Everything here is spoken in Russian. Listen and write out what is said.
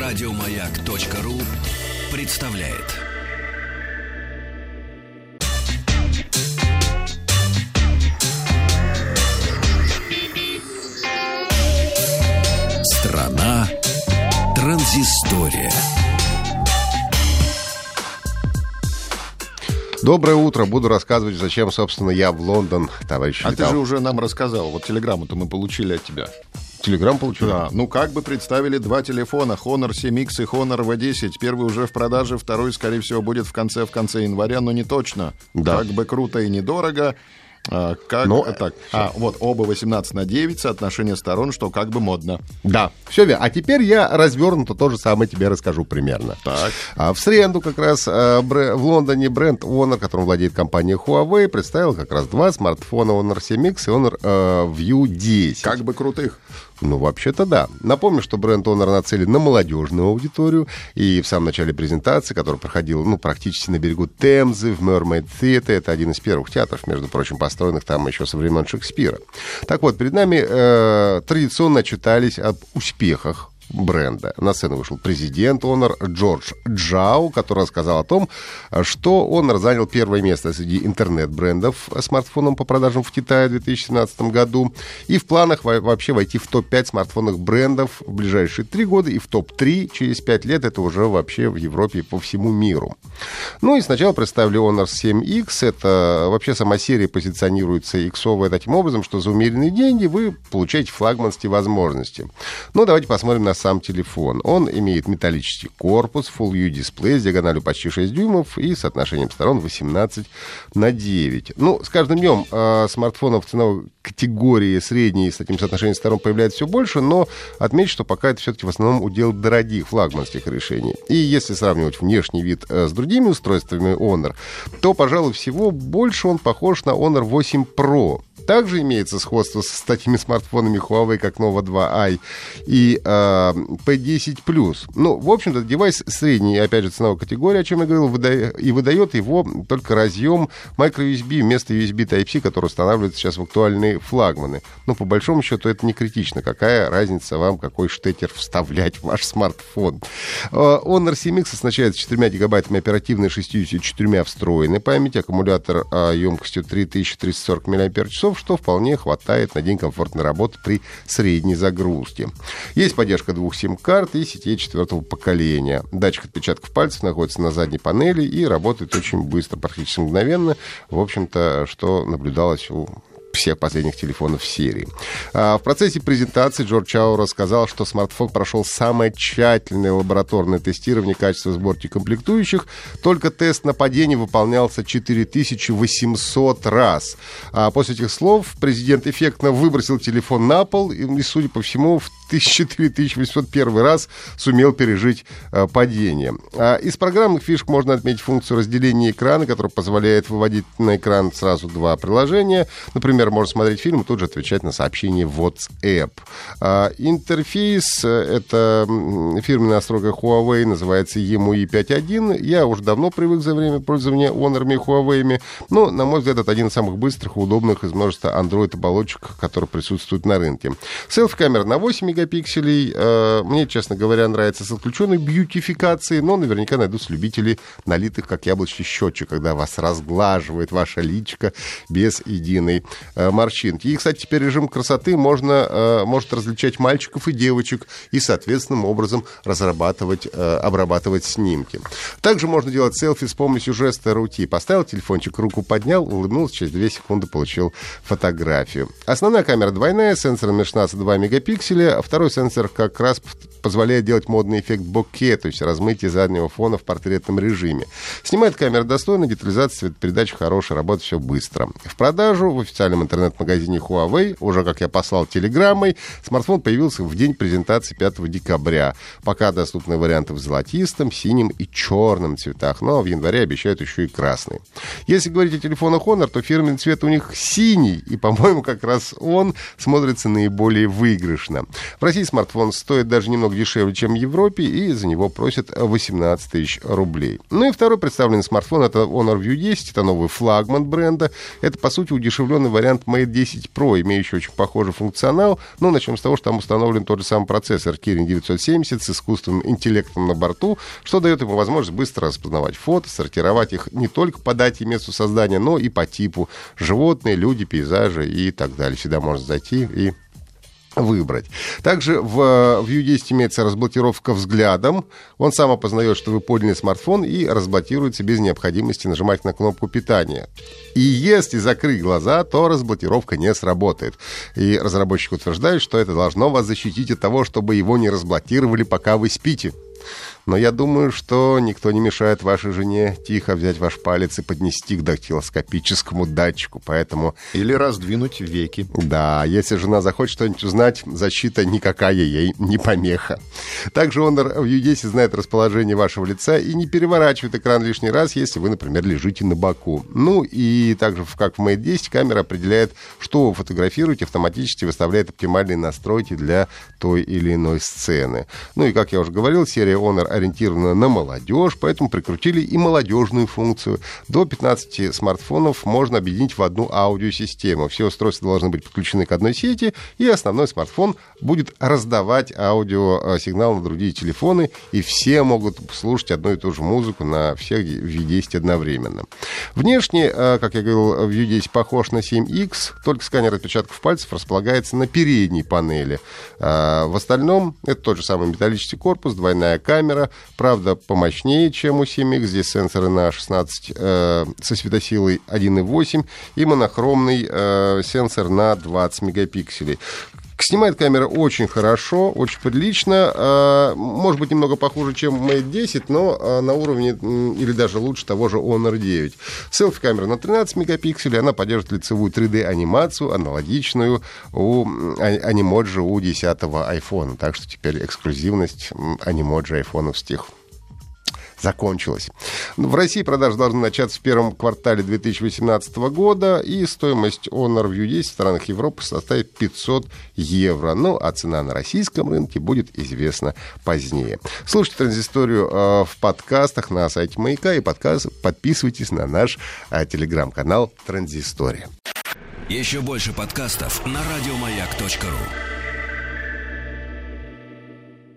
Радиомаяк.ру представляет. Страна транзистория. Доброе утро. Буду рассказывать, зачем, собственно, я в Лондон, товарищ А летал. ты же уже нам рассказал. Вот телеграмму-то мы получили от тебя. Телеграм получил? Да. Ну, как бы представили два телефона. Honor 7X и Honor V10. Первый уже в продаже, второй, скорее всего, будет в конце января, но не точно. Да. Как бы круто и недорого. Вот оба 18:9, соотношение сторон, что как бы модно. Да, все верно. А теперь я развернуто то же самое тебе расскажу примерно. Так. В среду как раз в Лондоне бренд Honor, которым владеет компания Huawei, представил как раз два смартфона Honor 7X и Honor View 10. Как бы крутых. Ну, вообще-то да. Напомню, что бренд Honor нацелен на молодежную аудиторию. И в самом начале презентации, которая проходила практически на берегу Темзы, в Mermaid Theatre, это один из первых театров, между прочим, построенных там еще со времен Шекспира. Так вот, перед нами традиционно отчитались об успехах бренда. На сцену вышел президент Honor Джордж Джао, который рассказал о том, что Honor занял первое место среди интернет-брендов смартфоном по продажам в Китае в 2017 году. И в планах вообще войти в топ-5 смартфонных брендов в ближайшие 3 года и в топ-3 через 5 лет. Это уже вообще в Европе и по всему миру. Ну и сначала представили Honor 7X. Это вообще сама серия позиционируется иксовая таким образом, что за умеренные деньги вы получаете флагманские возможности. Ну, давайте посмотрим на сам телефон. Он имеет металлический корпус, Full View дисплей с диагональю почти 6 дюймов и соотношением сторон 18:9. Ну, с каждым днем смартфонов в ценовой категории средней с таким соотношением сторон появляется все больше, но отмечу, что пока это все-таки в основном удел дорогих флагманских решений. И если сравнивать внешний вид с другими устройствами Honor, то, пожалуй, всего больше он похож на Honor 8 Pro. Также имеется сходство с такими смартфонами Huawei, как Nova 2i и P10 Plus. Ну, в общем-то, девайс средней, опять же, ценовой категории, о чем я говорил, и выдает его только разъем microUSB вместо USB Type-C, который устанавливается сейчас в актуальные флагманы. Но, по большому счету, это не критично. Какая разница вам, какой штекер вставлять в ваш смартфон? Honor 7X оснащается 4 гигабайтами оперативной, 64 встроенной памяти, аккумулятор емкостью 3340 мАч, что вполне хватает на день комфортной работы при средней загрузке. Есть поддержка 2 сим-карт и сетей 4-го поколения. Датчик отпечатков пальцев находится на задней панели и работает очень быстро, практически мгновенно. В общем-то, что наблюдалось у всех последних телефонов серии. В процессе презентации Джордж Чао рассказал, что смартфон прошел самое тщательное лабораторное тестирование качества сборки комплектующих. Только тест на падение выполнялся 4800 раз. После этих слов президент эффектно выбросил телефон на пол и, судя по всему, в 4801 раз сумел пережить падение. Из программных фишек можно отметить функцию разделения экрана, которая позволяет выводить на экран сразу 2 приложения. Например, можно смотреть фильм и тут же отвечать на сообщения в WhatsApp. Интерфейс — это фирменная настройка Huawei, называется EMUI 5.1. Я уже давно привык за время пользования Honor'ами и Huawei'ми, но, на мой взгляд, это один из самых быстрых и удобных из множества Android-оболочек, которые присутствуют на рынке. Селфи-камера на 8 мегапикселей. Мне, честно говоря, нравится с отключенной бьютификацией, но наверняка найдутся любители налитых, как яблочки, щетчик, когда вас разглаживает ваша личико без единой морщинки. И, кстати, теперь режим красоты может различать мальчиков и девочек и, соответственным образом обрабатывать снимки. Также можно делать селфи с помощью жеста руки. Поставил телефончик, руку поднял, улыбнулся, через 2 секунды получил фотографию. Основная камера двойная, сенсором 16,2 мегапикселя. Второй сенсор как раз позволяет делать модный эффект боке, то есть размытие заднего фона в портретном режиме. Снимает камера достойно, детализация, цветопередача хорошая, работает все быстро. В продажу в официальном интернет-магазине Huawei, уже, как я послал телеграммой, смартфон появился в день презентации 5 декабря. Пока доступны варианты в золотистом, синем и черном цветах, но в январе обещают еще и красный. Если говорить о телефонах Honor, то фирменный цвет у них синий, и, по-моему, как раз он смотрится наиболее выигрышно. В России смартфон стоит даже немного дешевле, чем в Европе, и за него просят 18 тысяч рублей. Ну и второй представленный смартфон — это Honor View 10, это новый флагман бренда. Это, по сути, удешевленный вариант вариант Mate 10 Pro, имеющий очень похожий функционал. Но начнем с того, что там установлен тот же самый процессор Kirin 970 с искусственным интеллектом на борту, что дает ему возможность быстро распознавать фото, сортировать их не только по дате и месту создания, но и по типу: животные, люди, пейзажи и так далее. Сюда можно зайти и выбрать. Также в View 10 имеется разблокировка взглядом. Он сам опознает, что вы подняли смартфон, и разблокируется без необходимости нажимать на кнопку питания. И если закрыть глаза, то разблокировка не сработает. И разработчик утверждает, что это должно вас защитить от того, чтобы его не разблокировали, пока вы спите. Но я думаю, что никто не мешает вашей жене тихо взять ваш палец и поднести к дактилоскопическому датчику, поэтому... Или раздвинуть веки. Да, если жена захочет что-нибудь узнать, защита никакая ей не помеха. Также Honor View 10 знает расположение вашего лица и не переворачивает экран лишний раз, если вы, например, лежите на боку. Ну и также, как в Mate 10, камера определяет, что вы фотографируете, автоматически выставляет оптимальные настройки для той или иной сцены. Ну и, как я уже говорил, серия Honor ориентирована на молодежь, поэтому прикрутили и молодежную функцию. До 15 смартфонов можно объединить в одну аудиосистему. Все устройства должны быть подключены к одной сети, и основной смартфон будет раздавать аудиосигнал на другие телефоны, и все могут слушать одну и ту же музыку на всех View 10 одновременно. Внешне, как я говорил, View 10 похож на 7X, только сканер отпечатков пальцев располагается на передней панели. В остальном это тот же самый металлический корпус, двойная камера, правда, помощнее, чем у 7X. Здесь сенсоры на 16 со светосилой 1,8 и монохромный сенсор на 20 мегапикселей. Снимает камера очень хорошо, очень прилично. Может быть, немного похуже, чем Mate 10, но на уровне или даже лучше того же Honor 9. Селфи-камера на 13 мегапикселей. Она поддерживает лицевую 3D-анимацию, аналогичную у анимоджи у 10-го iPhone. Так что теперь эксклюзивность анимоджи айфоновских закончилась. В России продажи должны начаться в первом квартале 2018 года, и стоимость Honor View 10 в странах Европы составит 500 евро. Ну, а цена на российском рынке будет известна позднее. Слушайте Транзисторию в подкастах на сайте Маяка и подписывайтесь на наш телеграм-канал Транзистория. Еще больше подкастов на радиомаяк.ру.